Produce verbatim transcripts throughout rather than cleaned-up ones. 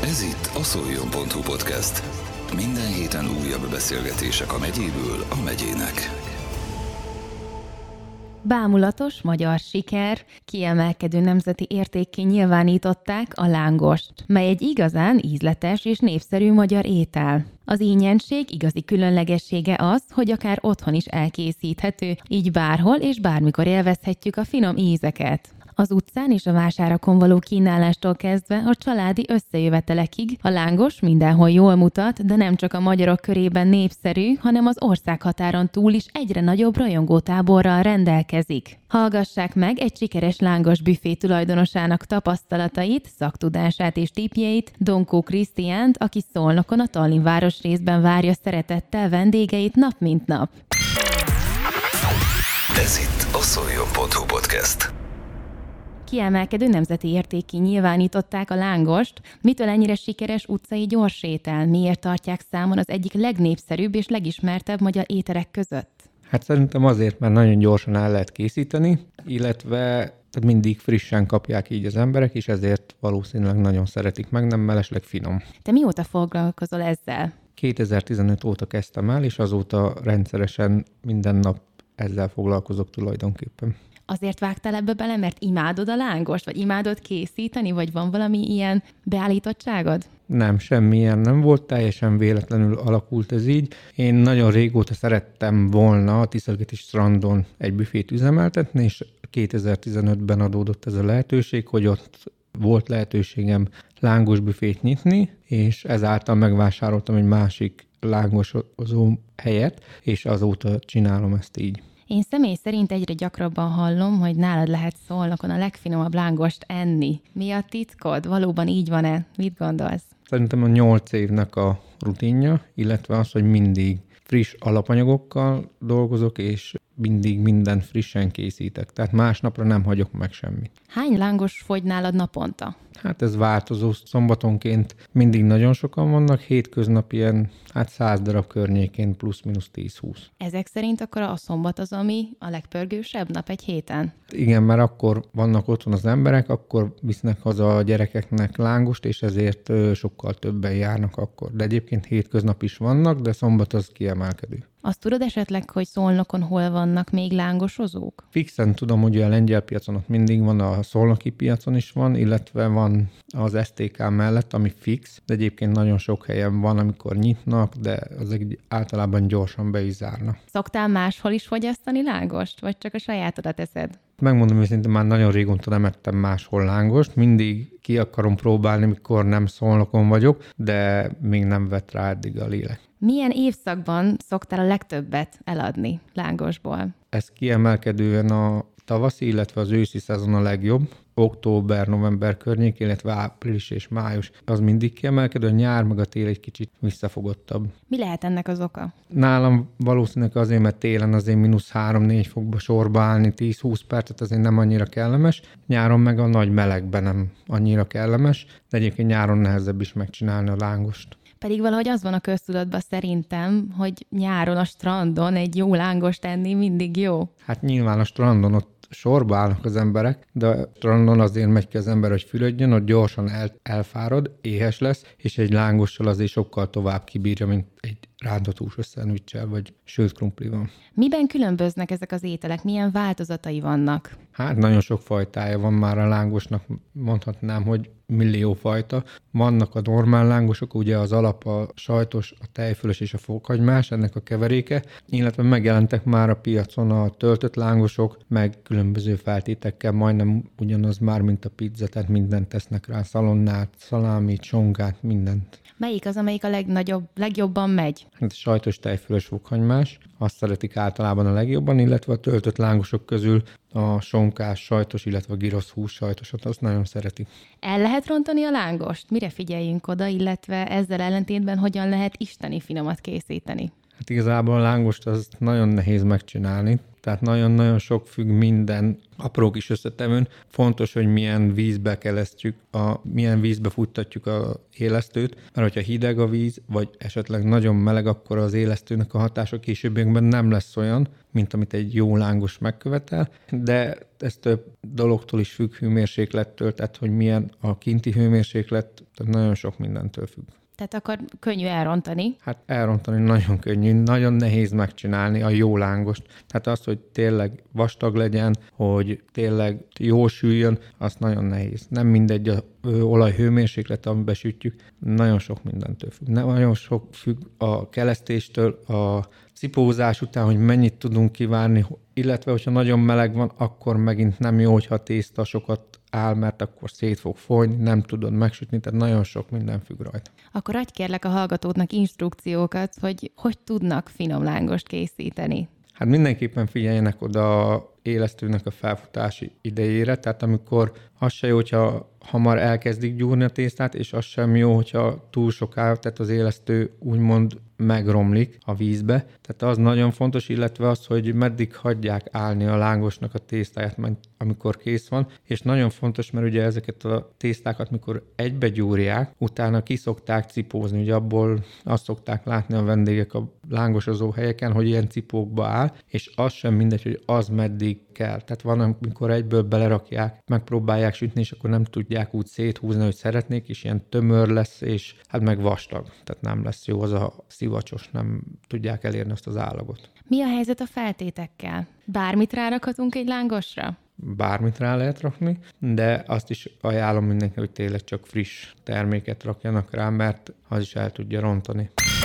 Ez itt a szóljon pont hu podcast. Minden héten újabb beszélgetések a megyéből a megyének. Bámulatos magyar siker, kiemelkedő nemzeti értékké nyilvánították a lángost, mely egy igazán ízletes és népszerű magyar étel. Az ínyenség igazi különlegessége az, hogy akár otthon is elkészíthető, így bárhol és bármikor élvezhetjük a finom ízeket. Az utcán és a vásárakon való kínálástól kezdve a családi összejövetelekig a lángos mindenhol jól mutat, de nem csak a magyarok körében népszerű, hanem az országhatáron túl is egyre nagyobb rajongótáborral rendelkezik. Hallgassák meg egy sikeres lángos büfé tulajdonosának tapasztalatait, szaktudását és tippjeit, Donkó Krisztiánt, aki Szolnokon a Tallinn városrészben várja szeretettel vendégeit nap mint nap. Ez itt a szóljon pont hu podcast. Kiemelkedő nemzeti értékké nyilvánították a lángost. Mitől ennyire sikeres utcai gyorsétel? Miért tartják számon az egyik legnépszerűbb és legismertebb magyar ételek között? Hát szerintem azért, mert nagyon gyorsan el lehet készíteni, illetve mindig frissen kapják így az emberek, és ezért valószínűleg nagyon szeretik meg, nem mellesleg finom. Te mióta foglalkozol ezzel? kétezer-tizenöt óta kezdtem el, és azóta rendszeresen minden nap ezzel foglalkozok tulajdonképpen. Azért vágtál ebbe bele, mert imádod a lángost, vagy imádod készíteni, vagy van valami ilyen beállítottságod? Nem, semmilyen nem volt, teljesen véletlenül alakult ez így. Én nagyon régóta szerettem volna a Tiszalgeti strandon egy büfét üzemeltetni, és kétezer-tizenötben adódott ez a lehetőség, hogy ott volt lehetőségem lángos büfét nyitni, és ezáltal megvásároltam egy másik lángosozó helyet, és azóta csinálom ezt így. Én személy szerint egyre gyakrabban hallom, hogy nálad lehet Szolnokon a legfinomabb lángost enni. Mi a titkod? Valóban így van-e? Mit gondolsz? Szerintem a nyolc évnek a rutinja, illetve az, hogy mindig friss alapanyagokkal dolgozok, és mindig mindent frissen készítek. Tehát másnapra nem hagyok meg semmit. Hány lángos fogy nálad naponta? Hát ez változó. Szombatonként mindig nagyon sokan vannak, hétköznap ilyen hát száz darab környékén plusz-minusz tíz-húsz. Ezek szerint akkor a szombat az, ami a legpörgősebb nap egy héten? Igen, mert akkor vannak otthon az emberek, akkor visznek haza a gyerekeknek lángost, és ezért sokkal többen járnak akkor. De egyébként hétköznap is vannak, de szombat az kiemelkedő. Azt tudod esetleg, hogy Szolnokon hol vannak még lángosozók? Fixen tudom, hogy a lengyel piacon ott mindig van, a szolnoki piacon is van, illetve van az es té ká mellett, ami fix, de egyébként nagyon sok helyen van, amikor nyitnak, de azok általában gyorsan be is zárnak. Szoktál máshol is fogyasztani lángost, vagy csak a sajátodat eszed? Megmondom őszintén, már nagyon régóta nem ettem máshol lángost, mindig ki akarom próbálni, mikor nem Szolnokon vagyok, de még nem vett rá eddig a lélek. Milyen évszakban szoktál a legtöbbet eladni lángosból? Ez kiemelkedően a tavaszi, illetve az őszi szezon a legjobb. Október, november környék, illetve április és május az mindig kiemelkedő, a nyár meg a tél egy kicsit visszafogottabb. Mi lehet ennek az oka? Nálam valószínűleg azért, mert télen azért mínusz három-négy fokba sorba állni tíz-húsz percet azért nem annyira kellemes. Nyáron meg a nagy melegben nem annyira kellemes, de egyébként nyáron nehezebb is megcsinálni a lángost. Pedig valahogy az van a köztudatban szerintem, hogy nyáron a strandon egy jó lángost enni mindig jó. Hát nyilván a strandon ott sorba állnak az emberek, de a strandon azért megy ki az ember, hogy fürödjön, ott gyorsan el, elfárad, éhes lesz, és egy lángossal azért sokkal tovább kibírja, mint egy rántott húsos szendvicssel, vagy sült krumplival. Miben különböznek ezek az ételek? Milyen változatai vannak? Hát nagyon sok fajtája van már a lángosnak, mondhatnám, hogy millió fajta. Vannak a normál lángosok, ugye az alap, a sajtos, a tejfölös és a fokhagymás, ennek a keveréke, illetve megjelentek már a piacon a töltött lángosok, meg különböző feltétekkel, majdnem ugyanaz már, mint a pizza, tehát mindent tesznek rá, szalonnát, szalámit, songát, mindent. Melyik az, amelyik a legnagyobb, legjobban megy? Hát a sajtos tejfölös fokhagymás, azt szeretik általában a legjobban, illetve a töltött lángosok közül a sonkás sajtos, illetve a girosz hús sajtosat, azt nagyon szeretik. El lehet rontani a lángost? Mire figyeljünk oda, illetve ezzel ellentétben hogyan lehet isteni finomat készíteni? Hát igazából a lángost az nagyon nehéz megcsinálni, tehát nagyon-nagyon sok függ minden apró kis összetevőn. Fontos, hogy milyen vízbe kelesztjük, a, milyen vízbe futtatjuk az élesztőt, mert hogyha hideg a víz, vagy esetleg nagyon meleg, akkor az élesztőnek a hatása későbbiekben nem lesz olyan, mint amit egy jó lángos megkövetel, de ez több dologtól is függ, hőmérséklettől, tehát hogy milyen a kinti hőmérséklet, tehát nagyon sok mindentől függ. Tehát akkor könnyű elrontani. Hát elrontani nagyon könnyű, nagyon nehéz megcsinálni a jó lángost. Tehát az, hogy tényleg vastag legyen, hogy tényleg jól süljön, az nagyon nehéz. Nem mindegy a olaj hőmérséklete, amiben sütjük, nagyon sok mindentől függ. Nagyon sok függ a kelesztéstől, a cipózás után, hogy mennyit tudunk kivárni, illetve hogyha nagyon meleg van, akkor megint nem jó, hogyha a tészta sokat áll, mert akkor szét fog folyni, nem tudod megsütni, tehát nagyon sok minden függ rajta. Akkor adj kérlek a hallgatóknak instrukciókat, hogy hogy tudnak finom lángost készíteni. Hát mindenképpen figyeljenek oda a élesztőnek a felfutási idejére, tehát amikor az se jó, hogyha hamar elkezdik gyúrni a tésztát, és az sem jó, hogyha túl sokáig, tehát az élesztő úgymond megromlik a vízbe. Tehát az nagyon fontos, illetve az, hogy meddig hagyják állni a lángosnak a tésztáját, amikor kész van, és nagyon fontos, mert ugye ezeket a tésztákat, mikor egybe gyúrják, utána kiszokták cipózni, ugye abból azt szokták látni a vendégek a lángosozó helyeken, hogy ilyen cipókba áll, és az sem mindegy, hogy az meddig kell. Tehát van, amikor egyből belerakják, megpróbálják sütni, és akkor nem tudják úgy széthúzni, hogy szeretnék, és ilyen tömör lesz, és hát meg vastag. Tehát nem lesz jó az a szivacsos, nem tudják elérni azt az állagot. Mi a helyzet a feltétekkel? Bármit rárakhatunk egy lángosra? Bármit rá lehet rakni, de azt is ajánlom mindenkinek, hogy tényleg csak friss terméket rakjanak rá, mert az is el tudja rontani.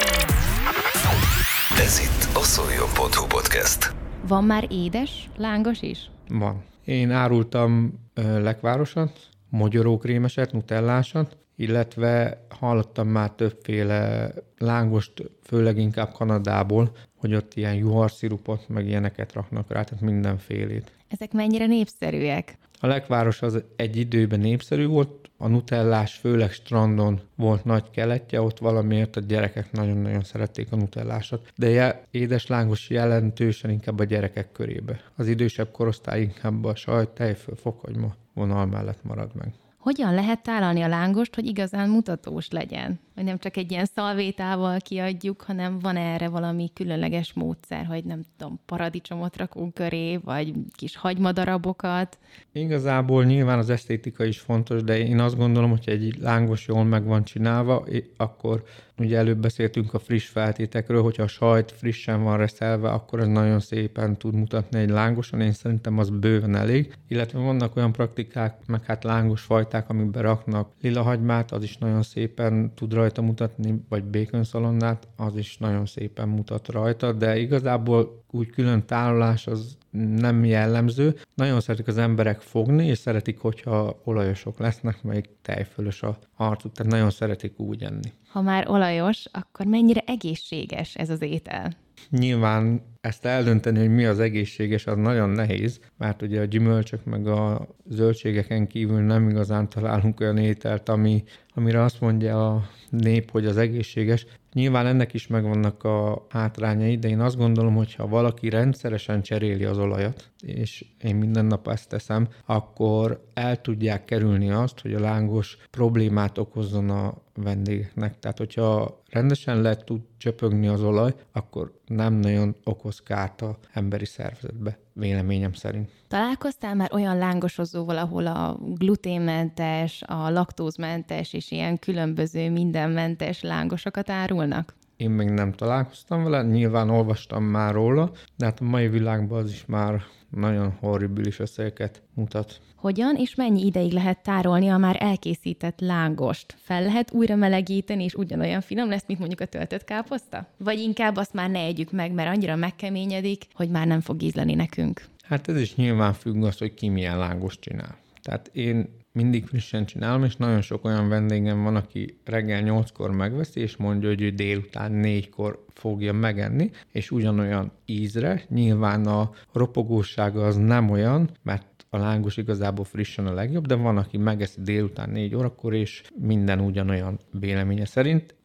Ez itt a Szoljon pont hu podcast. Van már édes lángos is? Van. Én árultam ö, lekvárosat, mogyorókrémeset, nutellásat, illetve hallottam már többféle lángost, főleg inkább Kanadából, hogy ott ilyen juharszirupot, meg ilyeneket raknak rá, tehát mindenfélét. Ezek mennyire népszerűek? A lekváros az egy időben népszerű volt, a nutellás főleg strandon volt nagy keletje, ott valamiért a gyerekek nagyon-nagyon szerették a nutellásot, de édes lángos jelentősen inkább a gyerekek körébe. Az idősebb korosztály inkább a sajt, tejföl, fokhagyma vonal mellett marad meg. Hogyan lehet tálalni a lángost, hogy igazán mutatós legyen? Hogy nem csak egy ilyen szalvétával kiadjuk, hanem van erre valami különleges módszer, hogy nem tudom, paradicsomot rakunk köré, vagy kis hagymadarabokat? Igazából nyilván az esztétika is fontos, de én azt gondolom, hogy egy lángos jól meg van csinálva, akkor ugye előbb beszéltünk a friss feltétekről, hogyha a sajt frissen van reszelve, akkor ez nagyon szépen tud mutatni egy lángoson, én szerintem az bőven elég. Illetve vannak olyan praktikák, meg hát lángos fajták, amikben raknak lilahagymát, az is nagyon szépen tud rajta mutatni, vagy békönszalonnát, az is nagyon szépen mutat rajta, de igazából úgy külön tálalás az nem jellemző. Nagyon szeretik az emberek fogni, és szeretik, hogyha olajosok lesznek, meg tejfölös a arcuk, tehát nagyon szeretik úgy enni. Ha már olajos, akkor mennyire egészséges ez az étel? Nyilván ezt eldönteni, hogy mi az egészséges, az nagyon nehéz, mert ugye a gyümölcsök meg a zöldségeken kívül nem igazán találunk olyan ételt, ami, amire azt mondja a nép, hogy az egészséges. Nyilván ennek is megvannak a hátrányai, de én azt gondolom, hogy ha valaki rendszeresen cseréli az olajat, és én minden nap ezt teszem, akkor el tudják kerülni azt, hogy a lángos problémát okozzon a vendégeknek. Tehát, hogyha rendesen le tud csöpögni az olaj, akkor nem nagyon okoz kárt az emberi szervezetbe, véleményem szerint. Találkoztál már olyan lángosozóval, ahol a gluténmentes, a laktózmentes és ilyen különböző mindenmentes lángosokat árulnak? Én még nem találkoztam vele, nyilván olvastam már róla, de hát a mai világban az is már nagyon horribilis összegeket mutat. Hogyan és mennyi ideig lehet tárolni a már elkészített lángost? Fel lehet újra melegíteni, és ugyanolyan finom lesz, mint mondjuk a töltött káposzta? Vagy inkább azt már ne együk meg, mert annyira megkeményedik, hogy már nem fog ízleni nekünk? Hát ez is nyilván függ az, hogy ki milyen lángost csinál. Tehát én mindig frissen csinálom, és nagyon sok olyan vendégem van, aki reggel nyolckor megveszi, és mondja, hogy ő délután négykor fogja megenni, és ugyanolyan ízre. Nyilván a ropogósága az nem olyan, mert a lángos igazából frissen a legjobb, de van, aki megeszi délután négy órakor, és minden ugyanolyan véleménye szerint.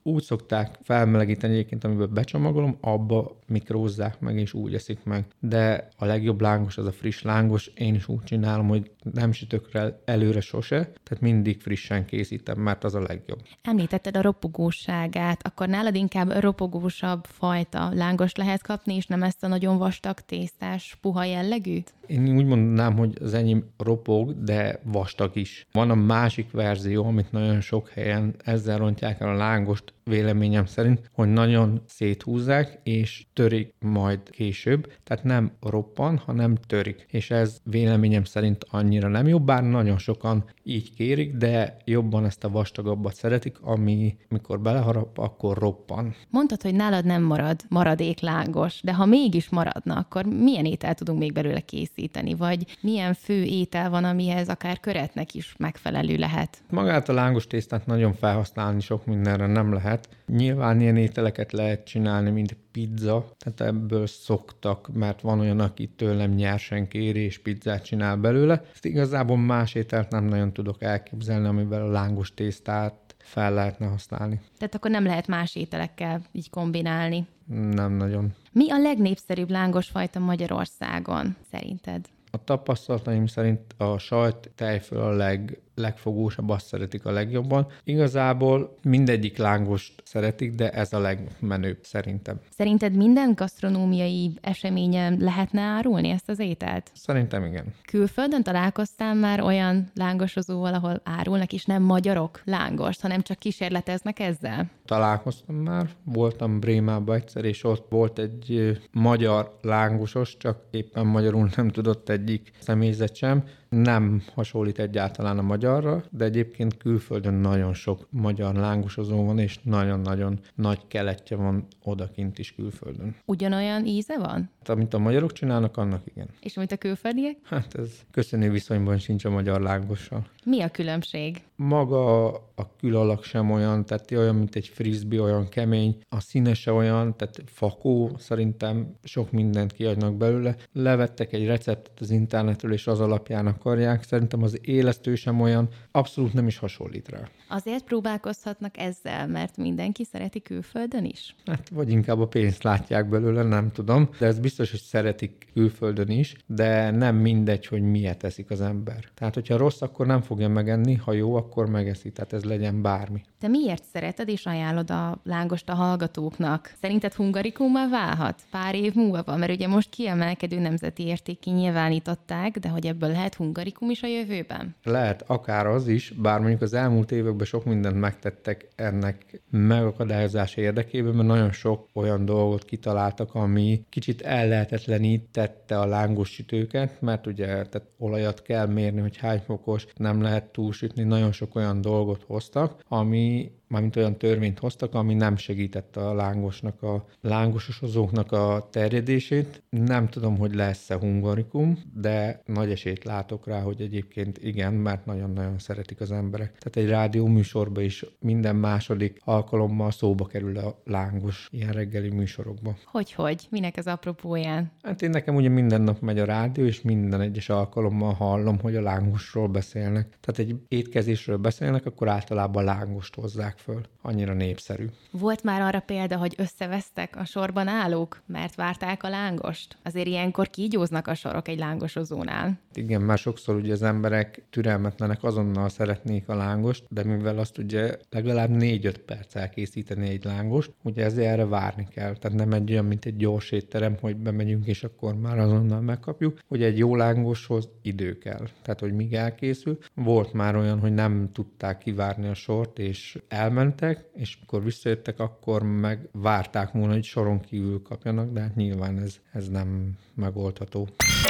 Úgy szokták felmelegíteni egyébként, amiben becsomagolom, abba mikrózzák meg, és úgy eszik meg. De a legjobb lángos az a friss lángos. Én is úgy csinálom, hogy nem sütök rá előre sose, tehát mindig frissen készítem, mert az a legjobb. Említetted a ropogóságát, akkor nálad inkább ropogósabb fajta lángos lehet kapni, és nem ezt a nagyon vastag, tésztás, puha jellegűt? Én úgy mondanám, hogy az enyém ropog, de vastag is. Van a másik verzió, amit nagyon sok helyen ezzel rontják el a lángost, véleményem szerint, hogy nagyon széthúzzák, és törik majd később, tehát nem roppan, hanem törik. És ez véleményem szerint annyira nem jó, bár nagyon sokan így kérik, de jobban ezt a vastagabbat szeretik, ami mikor beleharap, akkor roppan. Mondtad, hogy nálad nem marad maradék lángos, de ha mégis maradna, akkor milyen ételt tudunk még belőle készíteni, vagy milyen fő étel van, amihez akár köretnek is megfelelő lehet? Magát a lángos tésztát nagyon felhasználni sok mindenre nem lehet. Nyilván ilyen ételeket lehet csinálni, mint pizza, tehát ebből szoktak, mert van olyan, aki tőlem nyersen kéri, és pizzát csinál belőle. Ezt igazából más ételt nem nagyon tudok elképzelni, amivel a lángos tésztát fel lehetne használni. Tehát akkor nem lehet más ételekkel így kombinálni? Nem nagyon. Mi a legnépszerűbb lángosfajta Magyarországon, szerinted? A tapasztalataim szerint a sajt tejföl a leg, legfogósabb, azt szeretik a legjobban. Igazából mindegyik lángost szeretik, de ez a legmenőbb szerintem. Szerinted minden gasztronómiai eseményen lehetne árulni ezt az ételt? Szerintem igen. Külföldön találkoztál már olyan lángosozóval, ahol árulnak, és nem magyarok lángost, hanem csak kísérleteznek ezzel? Találkoztam már, voltam Brémában egyszer, és ott volt egy magyar lángosos, csak éppen magyarul nem tudott egyik személyzet sem. Nem hasonlít egyáltalán a magyarra, de egyébként külföldön nagyon sok magyar lángosozó van, és nagyon-nagyon nagy keletje van odakint is külföldön. Ugyanolyan íze van? Hát, amit a magyarok csinálnak, annak igen. És amit a külföldiek? Hát ez köszönő viszonyban sincs a magyar lángossal. Mi a különbség? Maga a külalak sem olyan, tehát olyan, mint egy frisbee, olyan kemény, a színe se olyan, tehát fakó, szerintem sok mindent kiadnak belőle. Levettek egy receptet az internetről, és az alapján akarják. Szerintem az élesztő sem olyan, abszolút nem is hasonlít rá. Azért próbálkozhatnak ezzel, mert mindenki szereti külföldön is? Hát, vagy inkább a pénzt látják belőle, nem tudom, de ez biztos, hogy szeretik külföldön is, de nem mindegy, hogy miért eszik az ember. Tehát, hogyha rossz, akkor nem fogja megenni, ha jó, akkor megeszi, tehát ez legyen bármi. Te miért szereted és ajánlod a lángost a hallgatóknak? Szerinted hungarikummal válhat pár év múlva? Mert ugye most kiemelkedő nemzeti értékké nyilvánították, de hogy ebből lehet hungarikum is a jövőben? Lehet akár az is, bár mondjuk az elmúlt években sok mindent megtettek ennek megakadályozása érdekében, mert nagyon sok olyan dolgot kitaláltak, ami kicsit ellehetetlenítette a lángos sütőket, mert ugye tehát olajat kell mérni, hogy hány fokos, nem lehet túlsütni, nagyon sok olyan dolgot hoztak, ami mármint olyan törvényt hoztak, ami nem segítette a lángosnak, a lángosozóknak a terjedését. Nem tudom, hogy lesz-e hungarikum, de nagy esélyt látok rá, hogy egyébként igen, mert nagyon-nagyon szeretik az emberek. Tehát egy rádió műsorban is minden második alkalommal szóba kerül a lángos ilyen reggeli műsorokban. Hogy-hogy? Minek az apropóján? Hát én nekem ugye minden nap megy a rádió, és minden egyes alkalommal hallom, hogy a lángosról beszélnek. Tehát egy étkezésről beszélnek, akkor általában lángost hozzák föl. Annyira népszerű. Volt már arra példa, hogy összevesztek a sorban állók, mert várták a lángost? Azért ilyenkor kígyóznak a sorok egy lángosozónál. Igen, már sokszor ugye az emberek türelmetlenek, azonnal szeretnék a lángost, de mivel azt ugye legalább négy-öt perc elkészíteni egy lángost, ugye ezért erre várni kell. Tehát nem egy olyan, mint egy gyors étterem, hogy bemegyünk és akkor már azonnal megkapjuk, hogy egy jó lángoshoz idő kell. Tehát, hogy míg elkészül. Volt már olyan, hogy nem tudták kivárni a sort, és elmentek, és mikor visszajöttek, akkor meg várták volna, hogy soron kívül kapjanak, de hát nyilván ez, ez nem megoldható.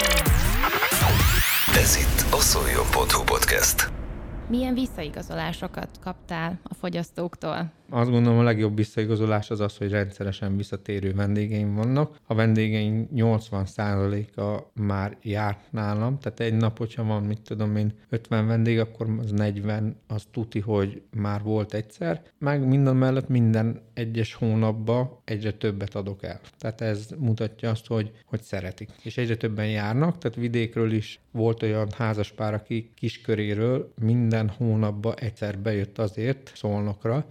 Ez itt a Szoljon pont hu podcast. Milyen visszaigazolásokat kaptál a fogyasztóktól? Azt gondolom, a legjobb visszaigazolás az az, hogy rendszeresen visszatérő vendégeim vannak. A vendégeim nyolcvan százaléka már járt nálam, tehát egy nap, hogyha van, mit tudom én, ötven vendég, akkor az negyven, az tuti, hogy már volt egyszer. Meg minden mellett minden egyes hónapban egyre többet adok el. Tehát ez mutatja azt, hogy, hogy szeretik. És egyre többen járnak, tehát vidékről is volt olyan házaspár, aki Kisköréről minden hónapban egyszer bejött azért Szolnokra, hogy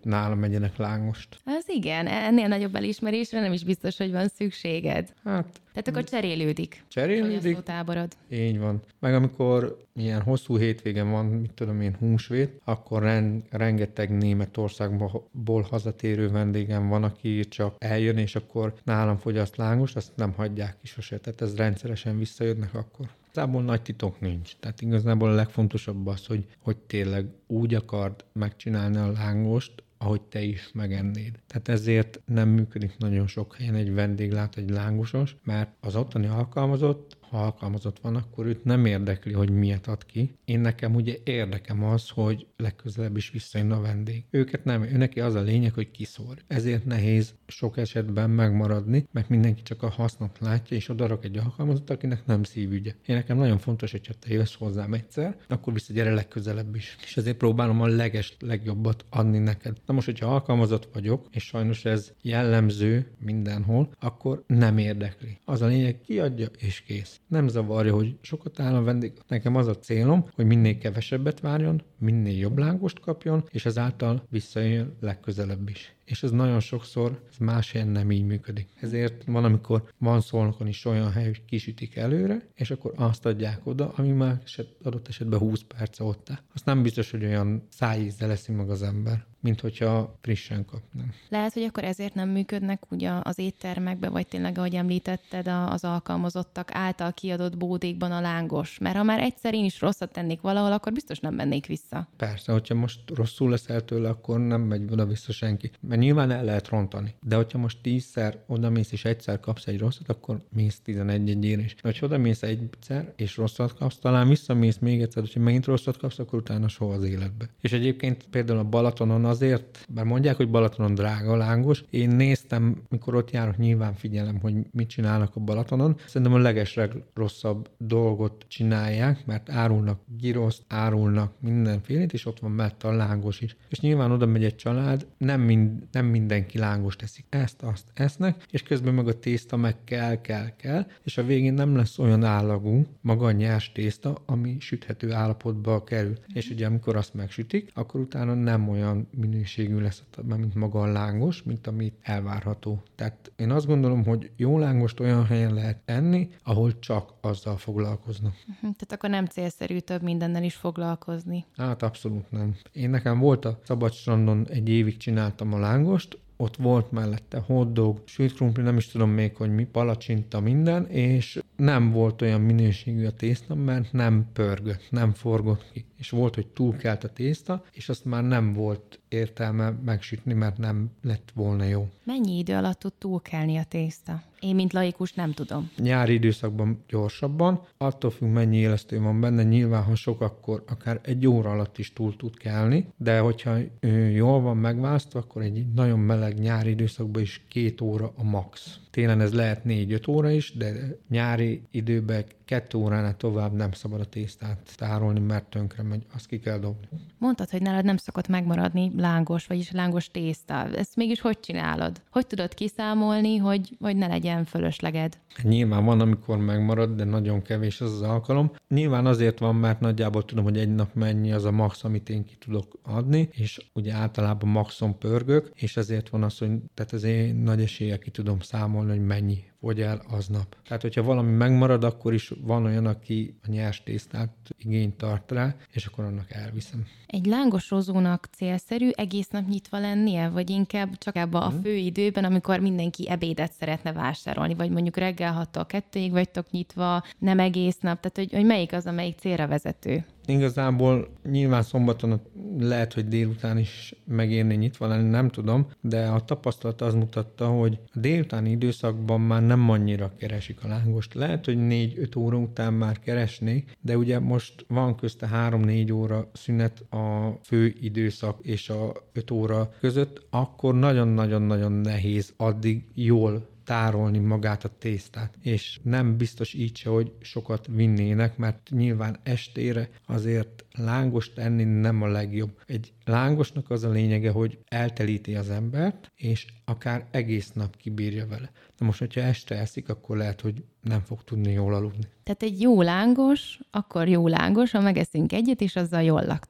nálam egyenek lángost. Az igen, ennél nagyobb elismerésre nem is biztos, hogy van szükséged. Hát... Tehát akkor cserélődik. Cserélődik. Táborod. Így van. Meg amikor ilyen hosszú hétvégen van, mit tudom én, húsvét, akkor ren- rengeteg Németországból hazatérő vendégem van, aki csak eljön, és akkor nálam fogyaszt lángost, azt nem hagyják ki sose. Tehát ez rendszeresen visszajönnek akkor. Igazából nagy titok nincs. Tehát igazából a legfontosabb az, hogy, hogy tényleg úgy akard megcsinálni a lángost, ahogy te is megennéd. Tehát ezért nem működik nagyon sok helyen egy vendéglát, egy lángosos, mert az ottani alkalmazott, ha alkalmazott van, akkor őt nem érdekli, hogy miért ad ki. Én nekem ugye érdekem az, hogy legközelebb is visszajön a vendég. Őket nem, ő neki az a lényeg, hogy kiszór. Ezért nehéz sok esetben megmaradni, mert mindenki csak a hasznot látja, és odarak egy alkalmazott, akinek nem szívügye. Én nekem nagyon fontos, hogyha te jössz hozzám egyszer, akkor visszagyere legközelebb is. És ezért próbálom a leges, legjobbat adni neked. Na most, hogyha alkalmazott vagyok, és sajnos ez jellemző mindenhol, akkor nem érdekli. Az a lényeg, kiadja és kész. Nem zavarja, hogy sokat áll a vendég. Nekem az a célom, hogy minél kevesebbet várjon, minél jobb lángost kapjon, és ezáltal visszajön legközelebb is. És ez nagyon sokszor ez más helyen nem így működik. Ezért van, amikor van Szolnokon is olyan hely, hogy kisütik előre, és akkor azt adják oda, ami már eset, adott esetben húsz perce ott áll. Azt nem biztos, hogy olyan szájízzel eszi meg az ember, mint hogyha frissen kapnám. Lehet, hogy akkor ezért nem működnek ugye az éttermekbe, vagy tényleg, ahogy említetted, az alkalmazottak által kiadott bódékban a lángos. Mert ha már egyszer én is rosszat tennék valahol, akkor biztos nem mennék vissza. Persze, hogyha most rosszul leszel tőle, akkor nem megy oda-vissza senki. Mert nyilván el lehet rontani. De hogyha most tízszer odamész és egyszer kapsz egy rosszat, akkor mész tizenegy egyére is. De hogyha odamész egyszer és rosszat kapsz, talán visszamész még egyszer, hogyha megint rosszat kapsz, akkor utána soha az életbe. És egyébként például a Balatonon azért, bár mondják, hogy Balatonon drága a lángos, én néztem, mikor ott járok, nyilván figyelem, hogy mit csinálnak a Balatonon. Szerintem a legesleg rosszabb dolgot csinálják, mert árulnak giroszt, árulnak mindenfélét, és ott van mellette a lángos is. És nyilván oda megy egy család, nem, mind, nem mindenki lángost eszik. Ezt, azt esznek, és közben meg a tészta meg kell, kell, kell, és a végén nem lesz olyan állagú, maga a nyers tészta, ami süthető állapotba kerül. És ugye amikor azt megsütik, akkor utána nem olyan minőségű lesz, mint maga a lángos, mint amit elvárható. Tehát én azt gondolom, hogy jó lángost olyan helyen lehet enni, ahol csak azzal foglalkoznak. Tehát akkor nem célszerű több mindennel is foglalkozni. Hát abszolút nem. Én nekem volt a Szabadstrandon, egy évig csináltam a lángost, ott volt mellette hotdog, sült krumpli, nem is tudom még, hogy mi, palacsinta, minden, és nem volt olyan minőségű a tészta, mert nem pörgött, nem forgott ki. És volt, hogy túlkelt a tészta, és azt már nem volt értelme megsütni, mert nem lett volna jó. Mennyi idő alatt tud túlkelni a tészta? Én, mint laikus, nem tudom. Nyári időszakban gyorsabban, attól függ, mennyi élesztő van benne, nyilván, ha sok, akkor akár egy óra alatt is túl tud kelni, de hogyha jól van megválasztva, akkor egy nagyon meleg nyári időszakban is két óra a max. Télen ez lehet négy-öt óra is, de nyári időben kettő óránál tovább nem szabad a tésztát tárolni, mert tönkre megy, azt ki kell dobni. Mondtad, hogy nálad nem szokott megmaradni lángos, vagyis lángos tészta. Ezt mégis hogy csinálod? Hogy tudod kiszámolni, hogy, hogy ne legyen fölösleged? Nyilván van, amikor megmarad, de nagyon kevés az az alkalom. Nyilván azért van, mert nagyjából tudom, hogy egy nap mennyi az a max, amit én ki tudok adni, és ugye általában maxon pörgök, és ezért van az, hogy tehát azért nagy eséllyel ki tudom számolni, hogy mennyi fogy el aznap. Tehát, hogyha valami megmarad, akkor is van olyan, aki a nyers tésztát igényt tart rá, és akkor annak elviszem. Egy lángos rozónak célszerű egész nap nyitva lennie, vagy inkább csak ebben a fő időben, amikor mindenki ebédet szeretne vásárolni, vagy mondjuk reggel hattól kettőig vagytok nyitva, nem egész nap, tehát hogy, hogy melyik az, amelyik célra vezető? Igazából nyilván szombaton lehet, hogy délután is megérni nyitva lenni, nem tudom, de a tapasztalat az mutatta, hogy a délutáni időszakban már nem annyira keresik a lángost. Lehet, hogy négy-öt óra után már keresnék, de ugye most van közte három-négy óra szünet a fő időszak és a öt óra között, akkor nagyon-nagyon-nagyon nehéz addig jól tárolni magát a tésztát, és nem biztos így se, hogy sokat vinnének, mert nyilván estére azért lángost enni nem a legjobb. Egy lángosnak az a lényege, hogy eltelíti az embert, és akár egész nap kibírja vele. Na most, hogyha este eszik, akkor lehet, hogy nem fog tudni jól aludni. Tehát egy jó lángos, akkor jó lángos, ha megeszünk egyet, és azzal jól laktunk.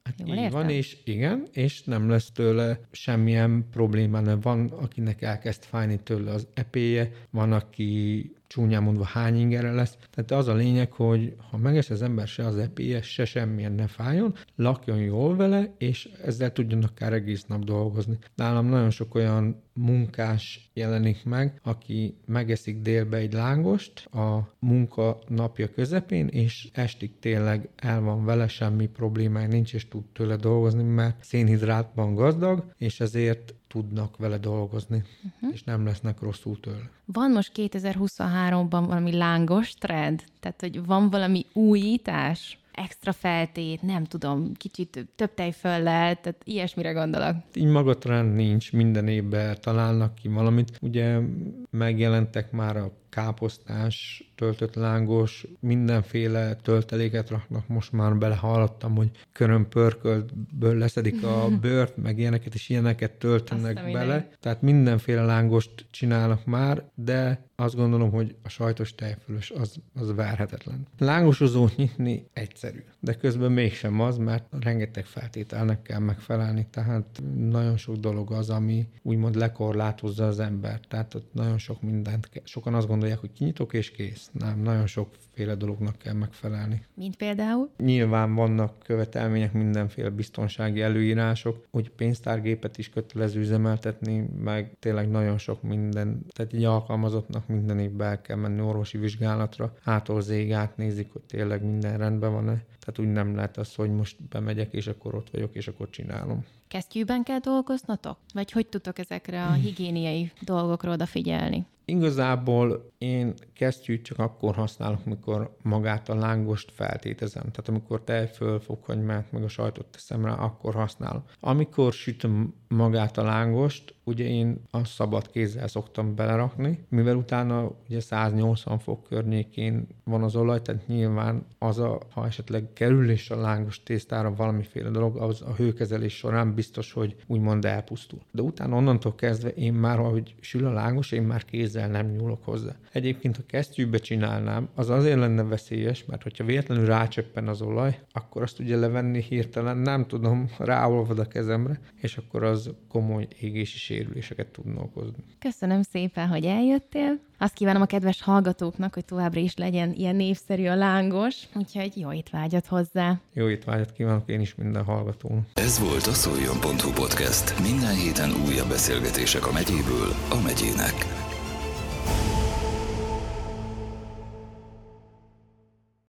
Hát Jól így értem? van, és igen, és nem lesz tőle semmilyen probléma, mert van, akinek elkezd fájni tőle az epéje, van, aki csúnyán mondva hány ingere lesz. Tehát az a lényeg, hogy ha megeszi az ember, se az epéje, se semmilyen ne fájjon, lakjon jól vele, és ezzel tudjon akár egész nap dolgozni. Nálam nagyon sok olyan munkás jelenik meg, aki megeszik délbe egy lángost a munka napja közepén, és estig tényleg el van vele, semmi problémája nincs, és tud tőle dolgozni, mert szénhidrátban gazdag, és ezért tudnak vele dolgozni, uh-huh. és nem lesznek rosszul tőle. Van most kétezer-huszonháromban valami lángos trend? Tehát, hogy van valami újítás? Extra feltét, nem tudom, kicsit több tejföllel, tehát ilyesmire gondolok. Így maga trend nincs, minden évben találnak ki valamit. Ugye megjelentek már a káposztás, töltött lángos, mindenféle tölteléket raknak, most már belehallottam, hogy körömpörköltből leszedik a bőrt, meg ilyeneket és ilyeneket töltenek Aztán bele. minden. Tehát mindenféle lángost csinálnak már, de azt gondolom, hogy a sajtos tejfölös az, az verhetetlen. Lángosozót nyitni egyszerű, de közben mégsem az, mert rengeteg feltételnek kell megfelelni, tehát nagyon sok dolog az, ami úgymond lekorlátozza az embert. Tehát ott nagyon sok mindent kell. Sokan azt gondolják, hogy kinyitok és kész. Nem, nagyon sokféle dolognak kell megfelelni. Mint például? Nyilván vannak követelmények, mindenféle biztonsági előírások, hogy pénztárgépet is kötelező üzemeltetni, meg tényleg nagyon sok minden. Tehát egy alkalmazottnak minden évben el kell menni orvosi vizsgálatra, ától zég átnézik, hogy tényleg minden rendben van-e. Tehát úgy nem lehet az, hogy most bemegyek, és akkor ott vagyok, és akkor csinálom. Kesztyűben kell dolgoznatok? Vagy hogy tudtok ezekre a higiéniai dolgokra odafigyelni? Igazából én kesztyűt csak akkor használok, mikor magát a lángost feltétezem. Tehát amikor tejföl, fokhagymát, meg a sajtot teszem rá, akkor használom. Amikor sütöm magát a lángost, ugye én azt szabad kézzel szoktam belerakni, mivel utána ugye száznyolcvan fok környékén van az olaj, tehát nyilván az a, ha esetleg kerül is a lángos tésztára valamiféle dolog, az a hőkezelés során biztos, hogy úgymond elpusztul. De utána onnantól kezdve én már, ahogy sül a lángos, én már kézzel nem nyúlok hozzá. Egyébként, ha kesztyűbe csinálnám, az azért lenne veszélyes, mert hogyha véletlenül rácsöppen az olaj, akkor azt ugye levenni hirtelen, nem tudom, ráolvad a kezemre, és akkor az komoly égési sérüléseket tudna okozni. Köszönöm szépen, hogy eljöttél. Azt kívánom a kedves hallgatóknak, hogy továbbra is legyen ilyen népszerű a lángos, úgyhogy jó étvágyat hozzá. Jó étvágyat kívánok én is minden hallgatónak. Ez volt a szoljon pont hu podcast. Minden héten újabb beszélgetések a megyéből a megyének.